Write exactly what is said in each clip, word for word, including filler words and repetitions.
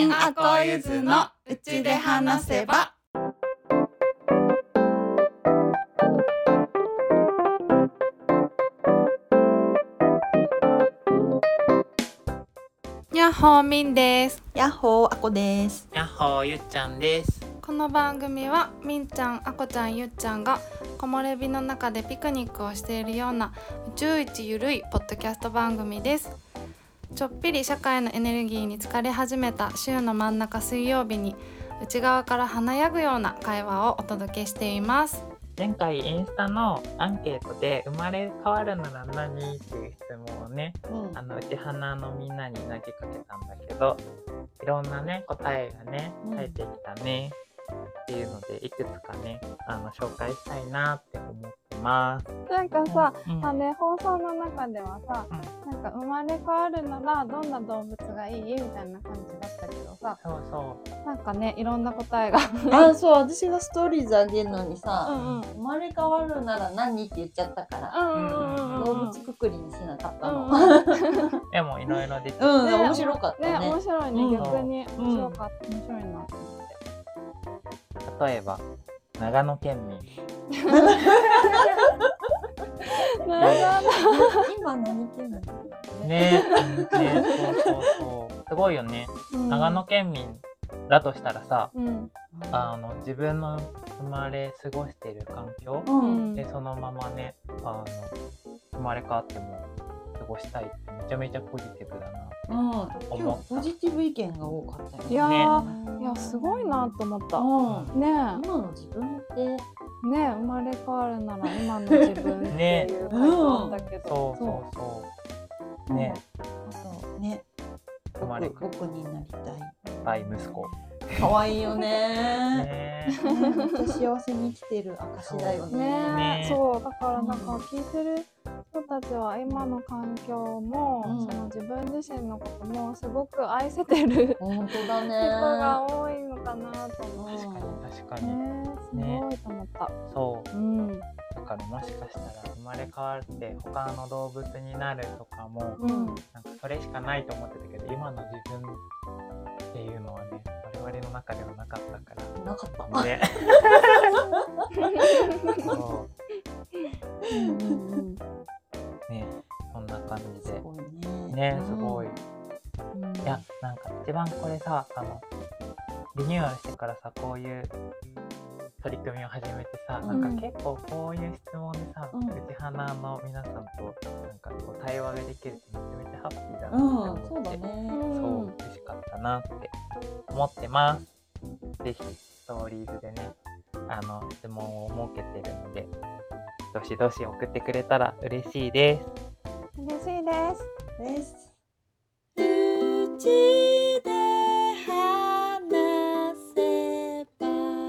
んあこゆずのうちで話せば。やっほーみんです。 やっほーあこです。 やっほーゆっちゃんです。 この番組はみんちゃん、あこちゃん、ゆっちゃんが木漏れ日の中でピクニックをしているような宇宙一ゆるいポッドキャスト番組です。ちょっぴり社会のエネルギーに疲れ始めた週の真ん中水曜日に内側から華やぐような会話をお届けしています。 前回インスタのアンケートで生まれ変わるなら何っていう質問をね、うん、あのうち花のみんなに投げかけたんだけど、いろんなね答えがね返ってきたね、うん、っていうのでいくつかねあの紹介したいなって思ってます。 なんかさ、うん、あね、放送の中ではさ、うん、なんか生まれ変わるならどんな動物がいいみたいな感じだったけどさ、 そうそうなんかねいろんな答えがあ、そう、私がストーリーズあげるのにさ、うんうん、生まれ変わるなら何って言っちゃったから、うんうんうん、動物くくりにしなかったの、うんうん、 でもいろいろ出てて、 うん、ね、面白かったね。 ね、面白いね、うん、逆に面白かった、うん、面白いなと思って。 例えば長野県民今何県民ね、ね、そうそうそう、すごいよね、うん、長野県民だとしたらさ、うん、あの自分の生まれ過ごしている環境、うん、でそのままねあの生まれ変わっても過ごしたいってめちゃめちゃポジティブだなって思った、うん、今日ポジティブ意見が多かったよね。 いやー、ね、いやすごいなと思った、うん、ね、 今の自分ってね、 生まれ変わるなら今の自分っていう回答だけど、ね、 そうそうそうね、 あとね、 生まれ僕になりたいバイ息子かわいいよねー。めっちゃ幸せに生きてる証だよね。 ね、そうだからなんか聞いてる人たちは今の環境も、うん、その自分自身のこともすごく愛せてる本当だね人が多いのかなと思う。 確かに確かに、 ね、すごいと思った、ね、 そう、 うん、 だからもしかしたら生まれ変わって他の動物になるとかも、うん、なんかそれしかないと思ってたけど、今の自分っていうのはね我々の中ではなかったからなかったねそう、うんうんうん、ね、そんな感じですごいね、 ね、すごい、うん、いやなんか一番これさ、あのリニューアルしてからさこういう取り組みを始めてさ、うん、なんか結構こういう質問でさ、うん、うち花の皆さんとなんかこう対話ができるってめちゃめちゃハッピーだなって思って、うん、そうだね、そう嬉しかったなって思ってます。ぜひストーリーズでねあの質問を設けてるのでどしどし送ってくれたら嬉しいです。 嬉しいですです。 うちで話せば。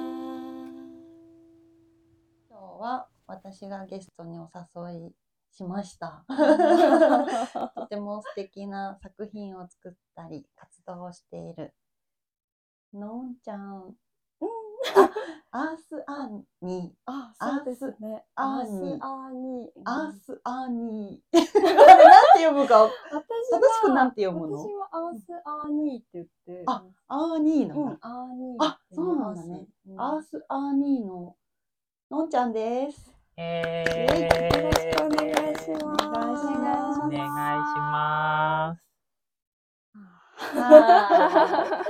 今日は私がゲストにお誘いしましたとても素敵な作品を作ったり活動をしているのんちゃん、うん、アースアーニー、 あ、そうですね、 アーニー、 アーニー、 アースアーニーあれなんて読むか、正しくなんて読むの？ 私はアースアーニーって言って、 あ、アーニーなんだ、 うん、アーニー、 あ、そうなんだね、うん、アースアーニーののんちゃんです。 えー、 よろしくお願いします。 お願いします。 お願いします。 あ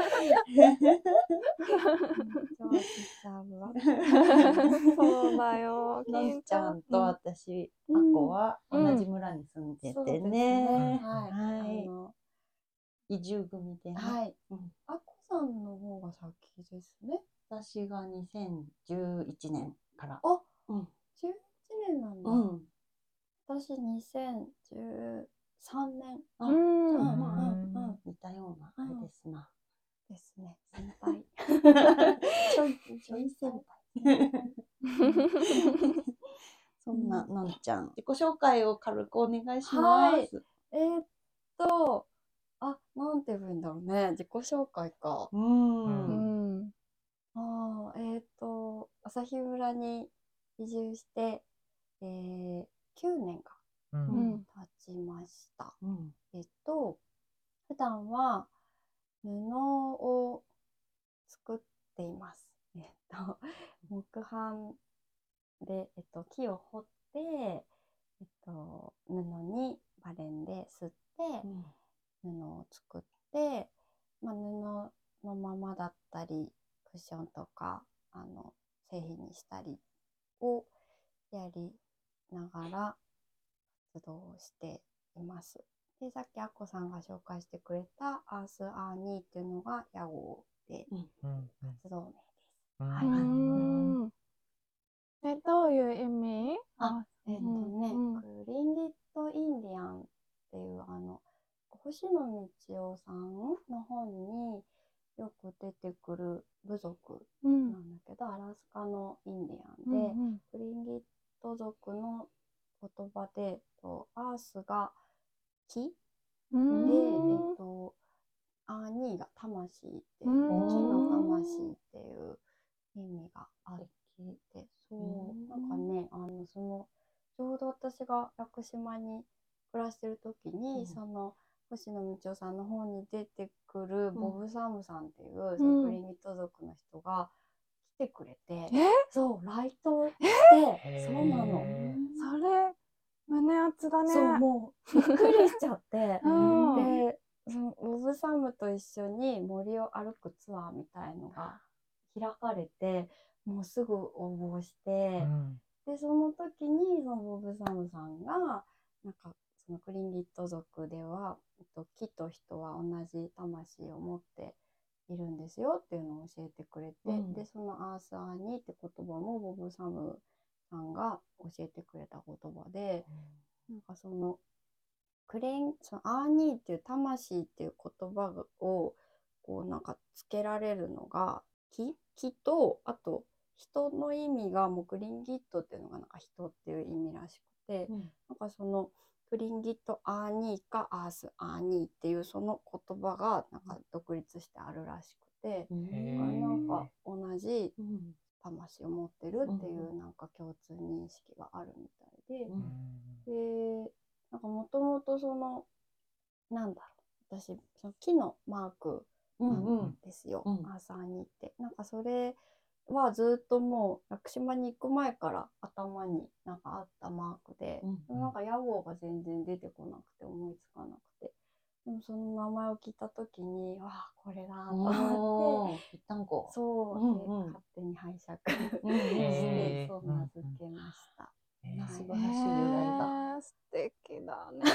そうだよ。 のんちゃんと私、あこは同じ村に住んでてね。はい。移住組でね。はい。 あこさんの方が先ですね。 私がにせんじゅういちねんから。 あ、うん。じゅういちねんなんだ。うん。私にせんじゅうさんねん。 あ、じゃあまあ似たようなあれですな。 ですね。先輩。 ちょいちょい先輩。そんなのんちゃん、自己紹介を軽くお願いします。はい、 えー、っと、あ、なんて言うんだろうね。自己紹介か。うん。うん、あ、えー、っと、旭村に移住して、えー、きゅうねんが経ちました。うん、えっと、普段は布ています。えっと木版で、えっと、木を彫って、えっと、布にバレンで吸って、布を作って、まあ、布のままだったりクッションとかあの製品にしたりをやりながら活動をしています。で、さっきあっこさんが紹介してくれたアースアーニーっていうのが屋号で活動名です。はい。 うんえ、どういう意味？ あ、えっとね、 うんうん、 クリンギット・インディアンっていうあの星野道夫さんの本によく出てくる部族なんだけど、うん、アラスカのインディアンで、うんうん、クリンギット族の言葉で、とアースが木で、えっと、アーニーが魂って、木の魂っていう意味があって、そう、なんかね、あの、その、ちょうど私が屋久島に暮らしてる時に、うん、その、星野道夫さんの本に出てくるボブ・サムさんっていう、うん、そのクリンギット族の人が来てくれて、うん、そう、ライトして、そうなの。 それ、胸熱だね。 そう、もう、びっくりしちゃって、うん、で、そのボブ・サムと一緒に森を歩くツアーみたいのが開かれて、もうすぐ応募して、うん、でその時にそのボブ・サムさんがなんかそのクリンギット族では、えっと、木と人は同じ魂を持っているんですよっていうのを教えてくれて、うん、でそのアース・アーニーって言葉もボブ・サムさんが教えてくれた言葉で、うん、なんかそのクリンそのアーニーっていう魂っていう言葉をこうなんかつけられるのが木木とあと人の意味がもうクリンギットっていうのがなんか人っていう意味らしくて、うん、なんかそのクリンギットアーニーかアースアーニーっていうその言葉がなんか独立してあるらしくて、うん、だからなんか同じ魂を持ってるっていうなんか共通認識があるみたいで、うん、でなんかもともとそのなんだろう私その木のマークなんですよ、うんうん、アーサーニーって。なんかそれはずっともう屋久島に行く前から頭になんかあったマークで、うん、なんか屋号が全然出てこなくて思いつかなくて、でもその名前を聞いた時にわあこれだと思ってぴったんこそう、うんうん、で勝手に拝借してそう名付けました。 えー、素晴らしい由来だ。 えー、素敵だね。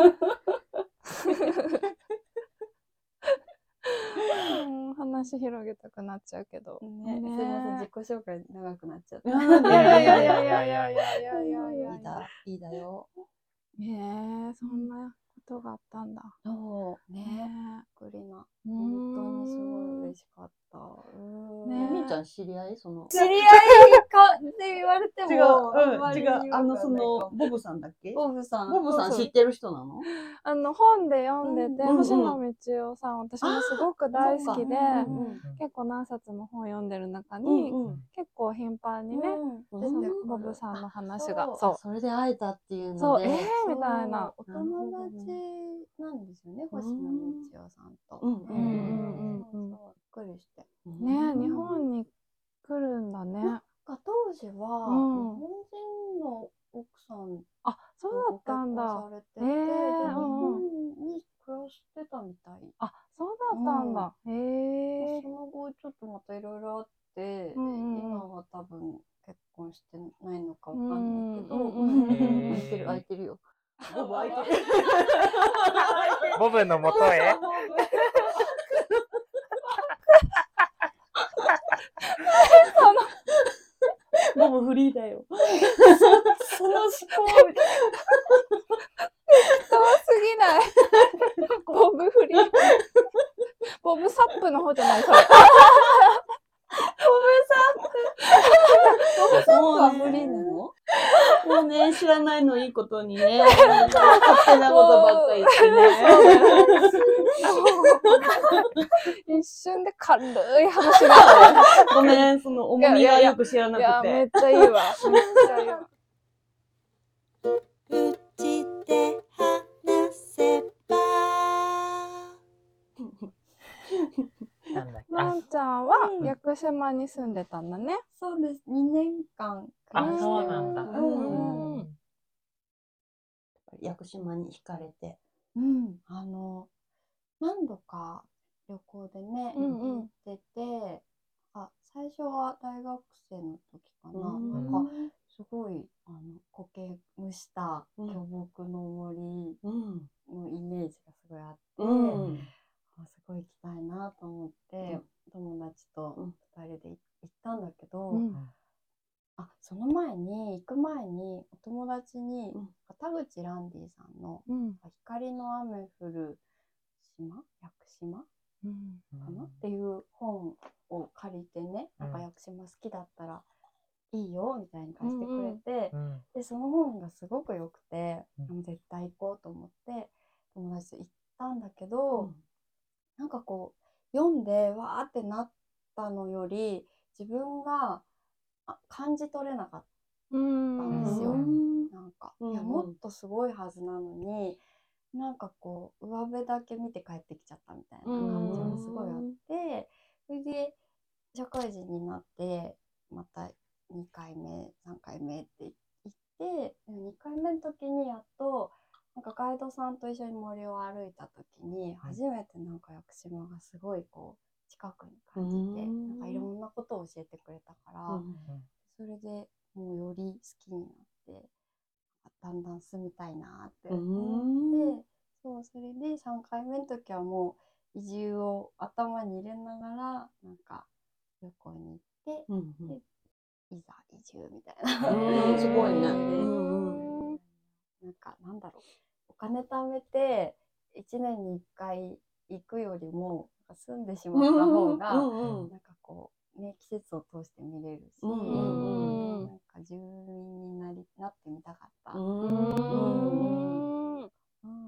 うん、話広げたくなっちゃうけど、 ねね、すいません自己紹介長くなっちゃった。 いやいやいやいやいやいやいやいやいやいいだいいだよ。 えー、そんなことがあったんだ。 そうね、びっくりな、本当にすごい嬉しかった。 ね、みーちゃん知り合いその知り合いかって言われても違う、うん、違う、あのそのボブさんだっけ？ ボブさん、 ボブさん知ってる人なの？ あの本で読んでて、うん、星野道夫さん私もすごく大好きで、うん、結構何冊も本読んでる中に、うんうん、結構頻繁にね、うん、出てボブさんの話が、 そう、そうそれで会えたっていうので、 そう、えーみたいな、 お友達なんですよね、星野道夫さんと。 うんうんうんうん、 びっくりして。 ね、日本に来るんだね。 なんか当時は日本人の奥さん、 あ、そうだったんだ。 されてて、で日本に暮らしてたみたい。 あ、そうだったんだ。へえ。 その後ちょっとまたいろいろあって、今は多分結婚してないのかわかんないけど、 空いてる空いてるよ。ボブ空いてる。 ボブの元へ。 ボブフリーだよ。 その思考みたいな。遠すぎない。ボブフリー。ボブサップの方じゃないそれ。ボブサップ。ボブサップはフリーなの？ もうね、知らないのいいことにね、勝手なことばっかり言ってね。一瞬で軽い話が。 ごめん、その重みがよく知らなくて。いや、 めっちゃいいわ。めっちゃいいわ。 うちで話せば。 なんだだっけ。 まんちゃんはうん屋久島に住んでたんだね。 そうです。にねんかん暮らあ、 してそうなんだ。 うんうん屋久島に惹かれて。 うん、あの何度か旅行でね、 うんうん行ってて、あ、最初は大学生の時かな、 うんなんかすごいあの苔むした巨木の森うんのイメージがすごいあって、 うんあ、すごい行きたいなと思って、友達とふたりで行ったんだけど、 うんあ、その前に行く前にお友達に、 うん田口ランディさんのうん 「光の雨降る島、屋久島うんかな」っていう本を借りてね、なんか屋久島好きだったらいいよみたいに貸してくれて、 うんでその本がすごく良くて、 うんもう絶対行こうと思って友達と行ったんだけど、なんかこう読んでわーってなったのより自分があ感じ取れなかったうんんですよ。 うんなんか、 うんいやもっとすごいはずなのに、なんかこう上辺だけ見て帰ってきちゃったみたいな感じがすごいあって、それで社会人になってまたにかいめさんかいめって行って、にかいめの時にやっとなんかガイドさんと一緒に森を歩いた時に初めてなんか屋久島がすごいこう近くに感じて、なんかいろんなことを教えてくれたから、それでもうより好きになってだんだん住みたいなって思って、そう、それでさんかいめの時はもう移住を頭に入れながらなんか旅行に行って、 うんうんでいざ移住みたいなうんすごいね。 感じで、 うんなんかなんだろう、お金貯めていちねんにいっかい行くよりもなんか住んでしまった方が、 うんうんなんかこうね、季節を通して見れるし、 うんうんなんか住民になりなってみたかった。 うんうんうん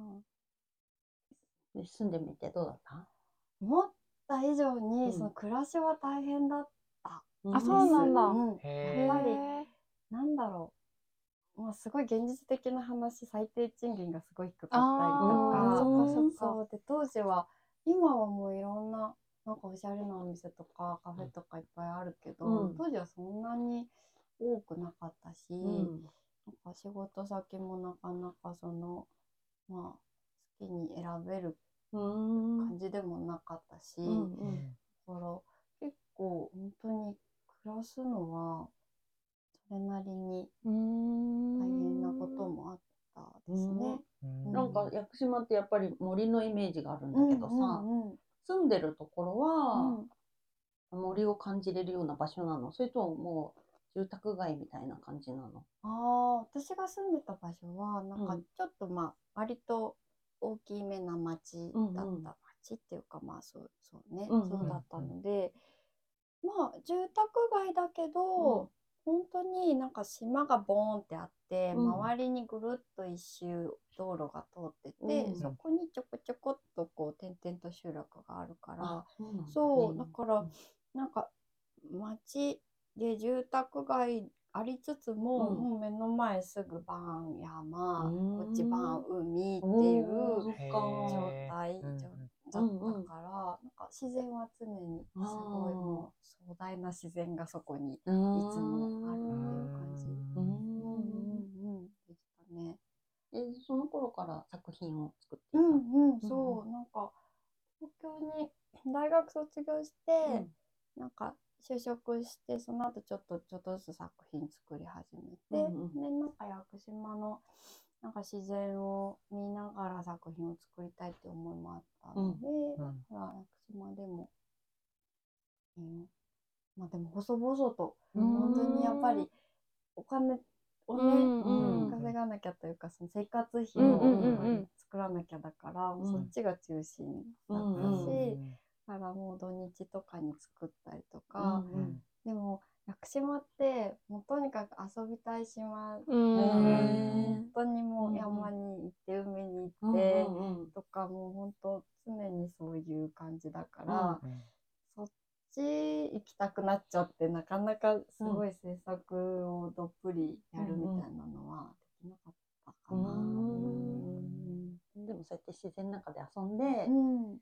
で住んでみてどうだった？ 思った以上に、 うんその暮らしは大変だったうんあ、そうなんだ。 うん、やっへぱりへなんだろう、まあ、すごい現実的な話、最低賃金がすごい低かったりとあー、 か、 そっかそっか。 そうで当時は、今はもういろんななんかおしゃれなお店とかカフェとかいっぱいあるけど、 うん当時はそんなに多くなかったし、 うんなんか仕事先もなかなかそのまあ好きに選べるうん感じでもなかったし、 うんうんだから結構本当に暮らすのはそれなりにうーん大変なこともあったですね。 うんなんか屋久島ってやっぱり森のイメージがあるんだけどさ、 うんうん住んでるところはうん、 森を感じれるような場所なの？それとももう住宅街みたいな感じなの？ ああ、私が住んでた場所はなんかうんちょっとまあ割と大きめな町だった、 うんうん町っていうかまあそうそうね、 うんうんそうだったので、まあ住宅街だけど、本当になんか島がボーンってあって、 うん周りにぐるっと一周道路が通ってて、 うんそこにちょこちょこっとこう点々と集落があるからあ、そうなんだね。 そうだからなんか町で住宅街ありつつも、 うんもう目の前すぐバーン山、 うんこっちバーン海っていうおーそっか状態、 うん状だったから、なんか自然は常にすごいもう壮大な自然がそこにいつもあるっていう感じ。 うんうんうんうんでしたね。 えその頃から作品を作っていた？ うんうん、そう、なんか東京に大学卒業して、 うんなんか就職してその後ちょっとちょっとずつ作品作り始めて、 うんうんでなんか屋久島のなんか自然を見ながら作品を作りたいって思いもあったので、 うんだから屋久島でも、うんまあでも細々と本当にやっぱりお金をね、 うんうん稼がなきゃというかその生活費うんうんをうんうんやっぱり作らなきゃだから、 うんそっちが中心だったし、 うんだからもう土日とかに作ったりとうか、 んうんでも屋久島ってもうとにかく遊びたい島、 うん本当にもう山に行って海に行ってとか、もう本当常にそういう感じだから、そっち行きたくなっちゃって、なかなかすごい制作をどっぷりやるみたいなのはできなかったかな。 うんでもそうやって自然の中で遊んで、 うん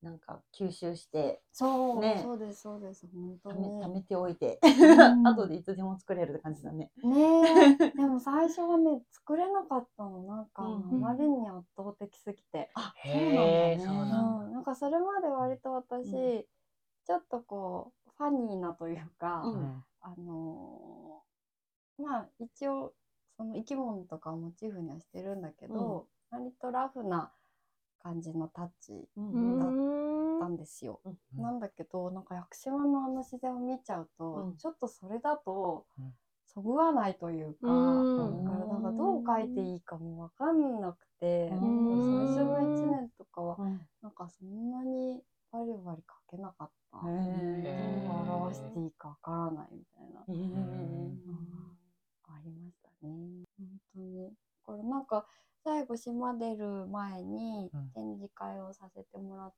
なんか吸収してそう、 ねそうですそうです本当ために貯めておいて、 ん後でいつでも作れるって感じだね。 ねえでも最初はね作れなかったのなんか、 うんあまりに圧倒的すぎて、 あ、 へーそうなんだね。 そうなんだうん、なんかそれまで割と私、 うんちょっとこうファニーなというか、 うんうんあのーまあ一応その生き物とかをモチーフにはしてるんだけど、割とラフな感じのタッチうんだっうんたんですよ。 うんなんだけどなんか屋久島のあの自然を見ちゃうと、 うんちょっとそれだとうんそぐわないというか、 うんだからなんかどう描いていいかも分かんなくて、 うん最初のいちねんとかはうんなんかそんなにバリバリ描けなかった。 へーどう表していいかわからないみたいな、 へーうんありましたね。本当にこれなんか最後島出る前にうん展示会をさせてもらって、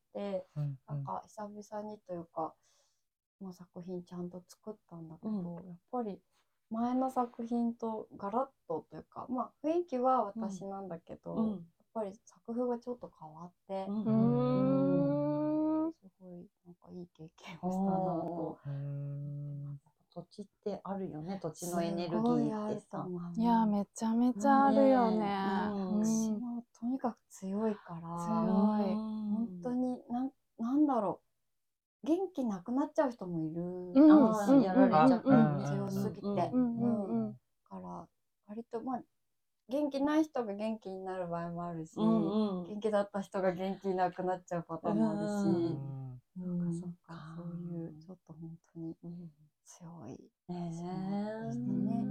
うんなんか久々にというか、まあ、作品ちゃんと作ったんだけど、 うんやっぱり前の作品とガラッとというか、まあ、雰囲気は私なんだけど、 うんやっぱり作風がちょっと変わって、 うんううんんすごいなんかいい経験をしたなと。 うーん土地ってあるよね、土地のエネルギすごいあーってさ。 ると思う。 いやめちゃめちゃあるよね。 ねうんうん島はとにかく強いから、 強い本当になんなんだろう、元気なくなっちゃう人もいるんですうんよ、 ああ、やられちゃってうんね。 強すぎて、 うんうんうんうんだから割とまあ元気ない人が元気になる場合もあるし、 うんうん元気だった人が元気なくなっちゃうパターンもあるし、 うんなんかそっか、そういうちょっと本当にうん強いね島でしたね。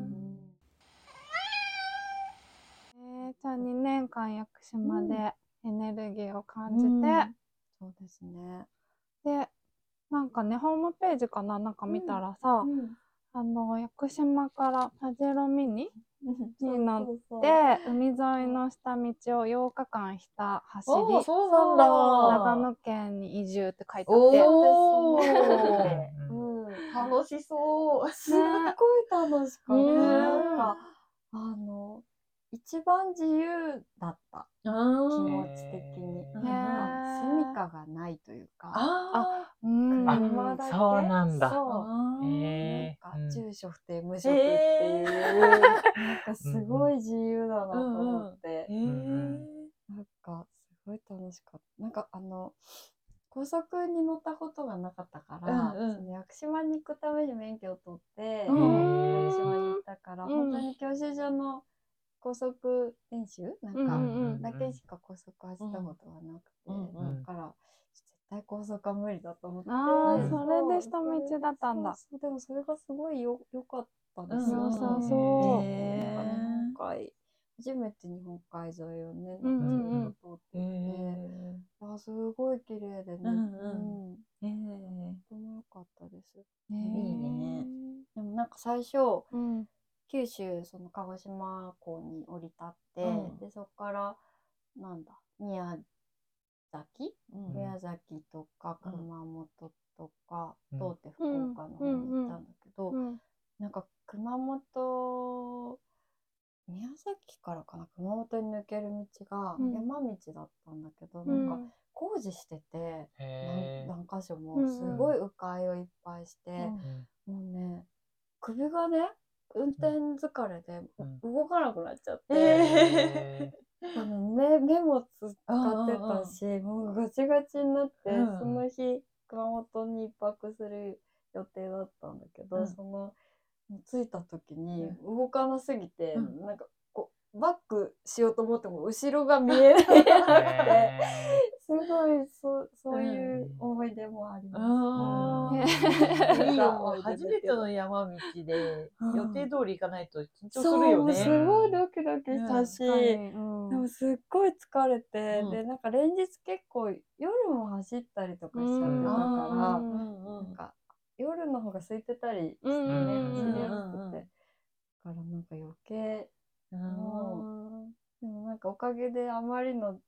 えーじゃあにねんかん屋久島でエネルギーを感じて、 うんそうですね。 でなんかねホームページかななんか見たらさ、 うんあの屋久島からパジェロミニに乗っそうそうて海沿いの下道をようかかんひた走り、 おー、そうなんだ。 長野県に移住って書いてあって、 おそうですー、 ね。うん、 楽しそう。 すっごい楽しかった。 ねなんかあの一番自由だった気持ち的に。 へーなんか住みかがないというか。 あうん車だけそうなんだそうあー。 へなんかー住所不定無職っていう、なんかすごい自由だなと思って、 へうんうんなんかすごい楽しかった。なんかあの高速に乗ったことがなかったから、 うんうんその屋久島に行くために免許を取って、 うん屋久島に行ったから、 うん本当に教習所の高速練習なんか、 うんうんだけしか高速走ったことがなくて、 うんうんだから絶対高速は無理だと思って、 あーそれで下道だったんだ。 そうそうでもそれがすごいよ良かったですよ、 うん良さそそうへーなんか日本海初めて日本海沿いをね、 うんなんうんかずっと通ってて、あすごい綺麗でね、 うんうんへーとても良かったです。 いいいね。 でもなんか最初うん九州その鹿児島港に降り立って、 うんでそこからなんだ宮崎、 うん宮崎とかうん熊本とか、 うん通って福岡の方に行ったんだけど、 うんなんか熊本宮崎からかな熊本に抜ける道がうん山道だったんだけど、 うんなんか工事してて、 へー何何箇所もうんうんすごい迂回をいっぱいして、 うんもうね首がね運転疲れでうん動かなくなっちゃって、 へ多分目目も使ってたし、もうガチガチになって、 うんその日熊本に一泊する予定だったんだけど、 うんその着いた時にう動かなすぎて、 うんなんかこうバックしようと思っても後ろが見えなくて、 へすごいそそういう思い出もありあます。 ーいいよ、もう思い出だけど初めての山道でうん予定通り行かないと緊張するそうもうよね。 すごいドキドキしたし、 確かにうんでもすっごい疲れて、 うんでなんか連日結構夜も走ったりとかしちゃってたうんから、 うんうんなんか夜の方が空いてたりしてね、 うん走りやすうんうんくて、だからなんか余計うんもうでもなんかおかげであまりの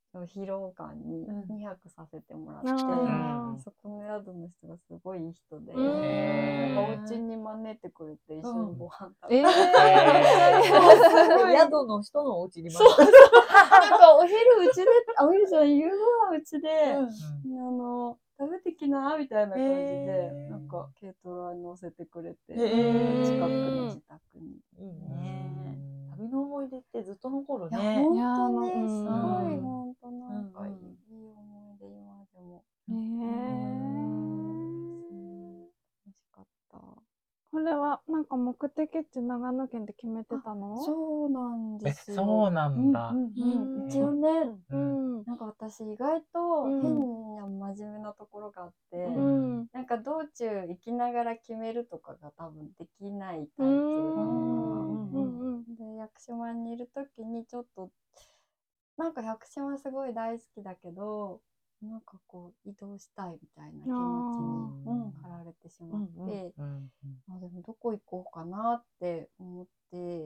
疲労感にうんにはくさせてもらって、 あーそこの宿の人がすごいいい人で、 うんへーなんかお家に招いてくれて一緒にご飯食べえて、 へ宿の人のお家にそうなんかお昼うちで、あお昼じゃない夕ご飯うちで、 ーあの食べてきなみたいな感じで、 へーなんか軽トラに乗せてくれて、 へー近くの自宅に。 いいね。旅の思い出ってずっと残るいやね。 本いやあの当にすごいうん本当なんかいい、 うんうんいい思い出今でも。 ね楽しかった。 これはなんか目的地長野県で決めてたの？ そうなんでえ、 すよ。 そうなんだ。 うんうんうん、一応ね、 ううんんなんか私意外とうん変な真面目なところがあって、 ううんんなんか道中行きながら決めるとかが多分できないタイプうなのんかうんうんな。で屋久島にいる時にちょっとなんか屋久島すごい大好きだけど、なんかこう移動したいみたいな気持ちにうん駆られてしまって、 うんうんうんあでもどこ行こうかなって思って、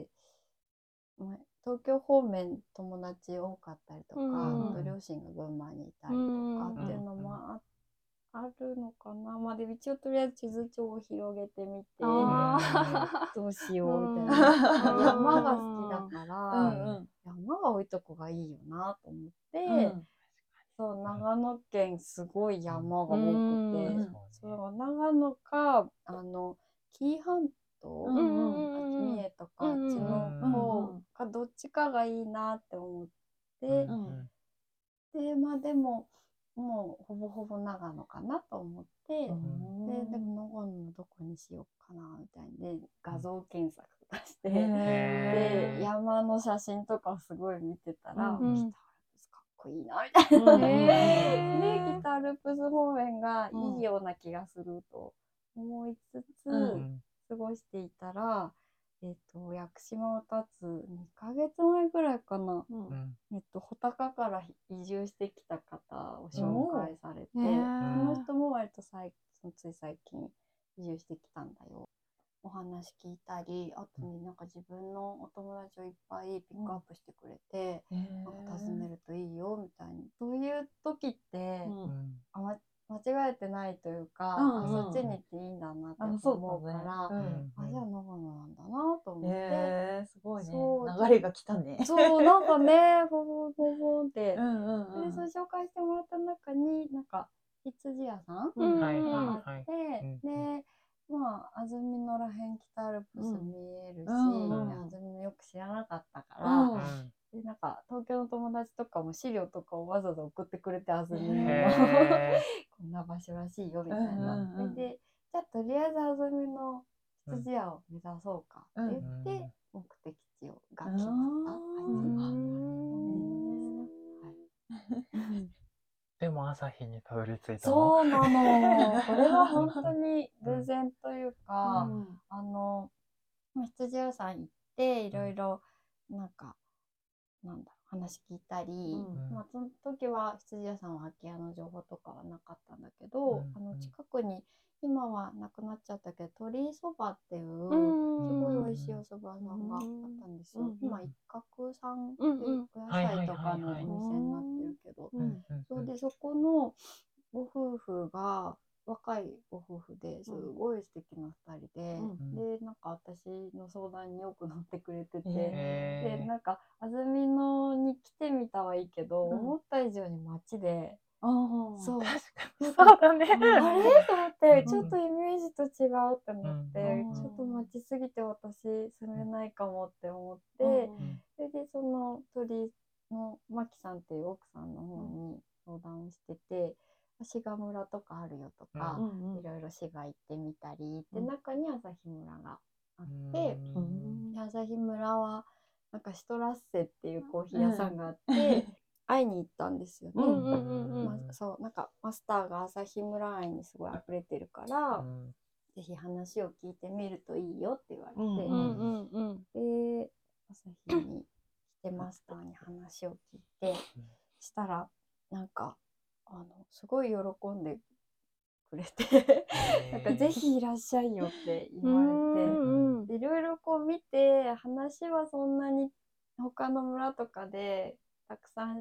まあ東京方面友達多かったりとか、 うんあと両親が群馬にいたりとうんかっていうのもああるのかな。まあでも一応とりあえず地図帳を広げてみて、 あどうしようみたいうんな。山が好きだから、 うんうん山が多いとこがいいよなと思って、 うんそう長野県すごい山が多くて、 うんそう長野かあの紀伊半島、 うんうん三重とかあっうんちの方かどっちかがいいなって思って、 うんでまあでももうほぼほぼ長野かなと思って、 うんででも長野のどこにしようかなみたいで画像検索とかして、 へで山の写真とかすごい見てたら、 うん北アルプスかっこいいなみたいな、 うんへーで北アルプス方面がいいような気がすると思いつつ、 うん過ごしていたら、えっと屋久島を立つにかげつまえぐらいかな、 うんうんえっと、穂高から移住してきた方を紹介されて、 おーへーその人も割と最つい最近移住してきたんだよ。お話聞いたり、あとになんか自分のお友達をいっぱいピックアップしてくれて、なんか訪ねるといいよみたいに。そういう時って、 うんあま間違えてないというか、 うんあうんそっちに行っていいんだなってあ思うから、 そうだねあじゃあ長野なんだなと思って。 へーすごいねそう流れが来たね。 そうなんかねボボボボンって、 うんうんうんでそれ紹介してもらった中になんか羊屋さんうんはいがあはいって、 うんでまあ安曇野らへん北アルプス見えるし、 うんうんで安曇野よく知らなかったから、 うんうんでなんか東京の友達とかも資料とかをわざわざ送ってくれて安曇野のへこんな場所らしいよみたいな、 うんうんうんでじゃあとりあえず安曇野羊屋を目指そうかって言って、目的地をが決まった感じ。 うんはいでも朝日にたどり着いたの？ そうなの。これは本当に偶然というか、 うんあの羊屋さん行っていろいろなんか、なんだろう話聞いたり、 うんまあその時は羊屋さんは空き家の情報とかはなかったんだけど、 うんあの近くに今はなくなっちゃったけど鳥居そばっていううんすごい美味しいお蕎麦屋さんがあったんですよ。 うん今一角さんってうんうんいうお野菜とかのお店になってるけど、 うんそうでそこのご夫婦が若いご夫婦ですごい素敵なふたりで、 うんでなんか私の相談によく乗ってくれてて、 へーでなんか安曇野に来てみたはいいけど、 うん思った以上に街で、 あーそう確かなんそうだね。 あれと思って、 うんちょっとイメージと違うって思って、 うんちょっと街すぎて私住めないかもって思って、 うんそれでその鳥のマキさんっていう奥さんの方に相談をしてて、志賀村とかあるよとか、 うんいろいろ滋賀行ってみたり、でうん中に朝日村があっうて、 んで朝日村はなんかシトラッセっていうコーヒー屋さんがあって、会いに行ったんですよね。 うんうんうんまあ、そうなんかマスターが朝日村愛にすごい溢れてるから、 うんぜひ話を聞いてみるといいよって言われて、 うんうんうんうんで朝日に来てマスターに話を聞いて、したらなんかあのすごい喜んでくれてなんかぜひいらっしゃいよって言われて、 うんでいろいろこう見て話はそんなに他の村とかでたくさん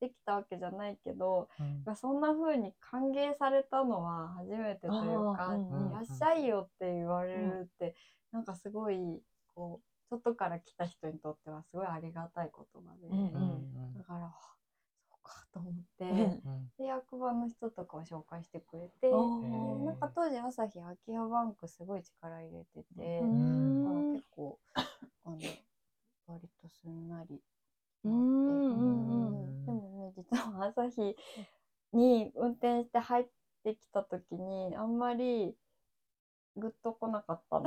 できたわけじゃないけど、 うんそんな風に歓迎されたのは初めてというか、 あーうんうんいらっしゃいよって言われるって、なんかすごいこう外から来た人にとってはすごいありがたい言葉で、 うんうんだからそうかと思って、 うんうんで役場の人とかを紹介してくれて、 おでーなんか当時朝日空き家バンクすごい力入れてて、 うだんから結構あの割とすんなりうん回って、 うんうんでもね実は朝日に運転して入ってきた時にあんまりグッと来なかったの。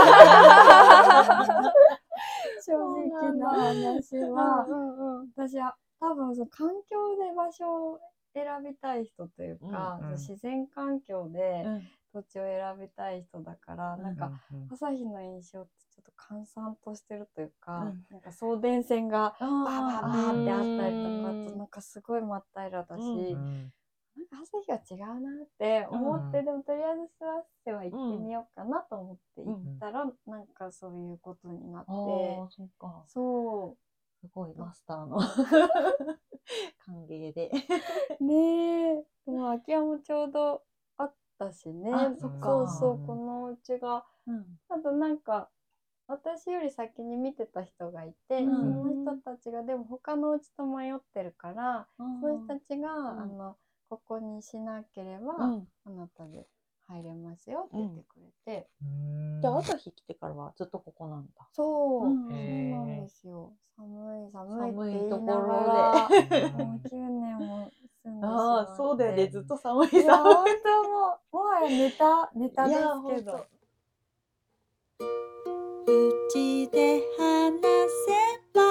正直な話は、私は多分その環境で場所を選びたい人というか、 うんうん自然環境でうん土地を選びたい人だから、 うんなんかうん朝日の印象ってちょっと閑散としてるというか、 うんなんか送電線がバーバーバーってあったりとか、 うんあとなんかすごい真っ平らだし、 うんうんなんか朝日は違うなって思って、 うんでもとりあえず座っては行ってみようかなと思って行ったら、なんかそういうことになって、 ああ、そっか。 そうすごいマスターの歓迎で。 ねえ、でも空き家もちょうどあったしね。 あそっかそうそう、このうちが。 うんあとなんか、私より先に見てた人がいて、 うんその人たちがでも他のうちと迷ってるから、その人たちが、 んあの、ここにしなければ、 うんあなたで入れますよって言ってくれて。 うんじゃあ朝日来てからはずっとここなんだ。 そう、 うんそうなんですよ。寒い寒いって寒い言いとこながろら、 で。 もうきゅうねんも住んでしあまって。 あ、そうだよね。ずっと寒いいや、 寒本当もう、もはやネタ、ネタい。いですや、 けどほんと。。うちで話せば。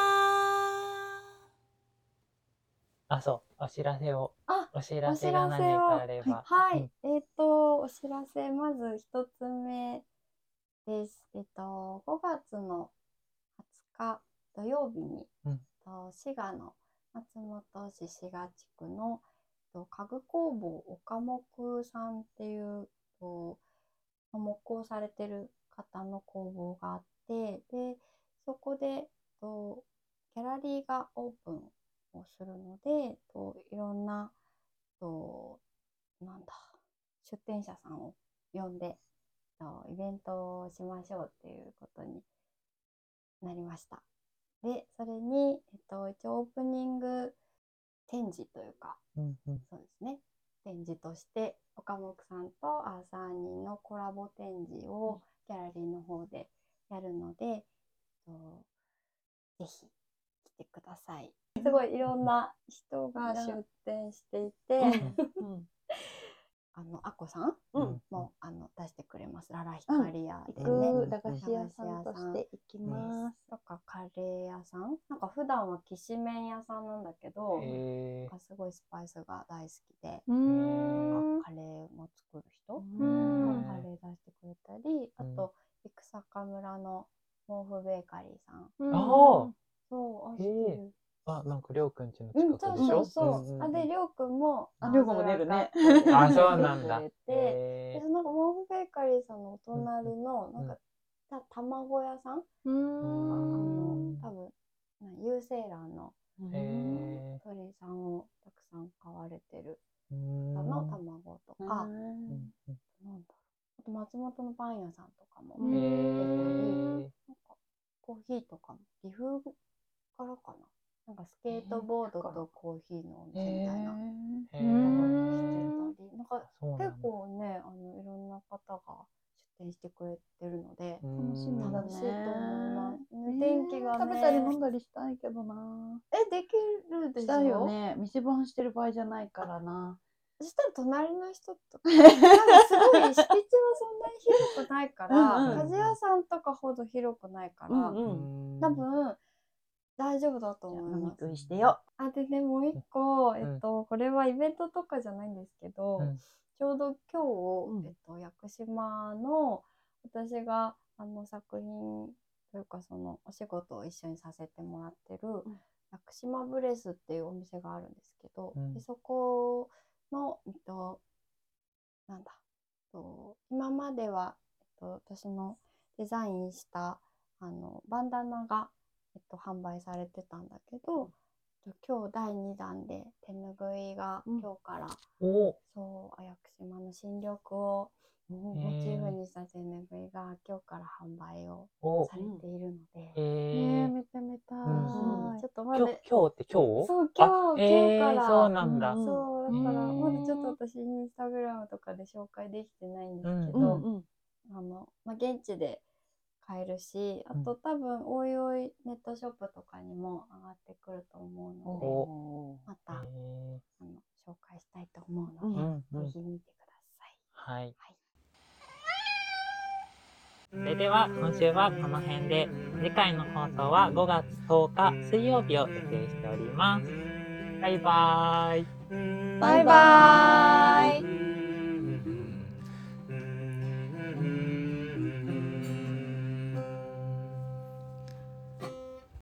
あ、そう、お知らせを。 あ、 お知らお知らせが何せをかあれば。 はい、えっと、お知らせ、まず一つ目です。えっと、ごがつのはつか土曜日に、 うんと滋賀の松本市滋賀地区のと家具工房岡木さんっていうと木工されてる方の工房があって、でそこでとギャラリーがオープンをするので、といろんなとなんだ出店者さんを呼んでとイベントをしましょうっていうことになりました。で、それに、えっと、一応オープニング展示というか、 うんうんそうですね、展示として岡木さんとアーサーニーのコラボ展示をギャラリーの方でやるので、えっと、ぜひ来てください。すごいいろんな人が出展していて、 うんあの、あこさんうんも、あの出してくれます。ララヒカリアでね。 行く駄菓子屋さんとして行きます。 とかカレー屋さん、なんか普段はきしめん屋さんなんだけど、 へなんかすごいスパイスが大好きで、 うなんかカレーも作る人んがカレー出してくれたり、あと生坂村の毛布ベーカリーさん、 うんあそう、あ、知へえってる。 あ、なんかりょうくんちのうん、そう近くでしょ。 そうそう。 んんんあ、で、りょうくんも、 ありょうくんも出るねあ、そうなんだ。 出てくれて、 へで、その毛布ベーカリーさんのお隣の、なんか、た卵屋さん、 うあんの、多分、な有精卵のえ。へえ。 鳥さんをたくさん買われてるうーん方の卵とか、 うんうんなんだろう、あと松本のパン屋さんとかもうん出たり、 へなんかコーヒーとかも岐阜からかな、なんかスケートボードとコーヒーのお店みたいなえ。へうえ。 んしてたり、なんかそうなんだ結構ね、あのいろんな方が出店してくれてるので、 楽しみだね。 楽しいと思います。 ね天気がね、 食べたり飲んだりしたいけどな。 え、できるでしょ。 したいよね。店番してる場合じゃないからな。 そしたら隣の人とか、なんかすごい敷地はそんなに広くないから、 うんうん鍛冶屋さんとかほど広くないから、 うんうん。 多分大丈夫だとじゃあ思います。 飲み食いしてよ。 あ、でね、もう一個、 んえっと、これはイベントとかじゃないんですけど、 うんちょうど今日、 うんえっと、屋久島の私があの作品というかそのお仕事を一緒にさせてもらってる、 ん屋久島ブレスっていうお店があるんですけど、 うんでそこの、えっと、なんだ、えっと、今までは、えっと、私のデザインしたあのバンダナが、えっと、販売されてたんだけど、 今日だいにだんで手ぬぐいがうん今日から、 おそう屋久島の新緑をモチーフにした手ぬぐいが今日から販売をおされているので、 えねえー、 見てみたい、 うんちょっとまだ今日今日って今日そうあ今日えー、 今日からそうなんだ、 うんそうだからうんまだちょっと私インスタグラムとかで紹介できてないんですけうど、 うんあのまあ、現地で買えるし、あと多分おいおいネットショップとかにも上がってくると思うので、 おまた、 えーあの紹介したいと思うので、 うんうんぜひ見てください。 はい、 はいそれでは今週はこの辺で、次回の放送はごがつとおか水曜日を予定しております。バイバーイ。 バイバーイ。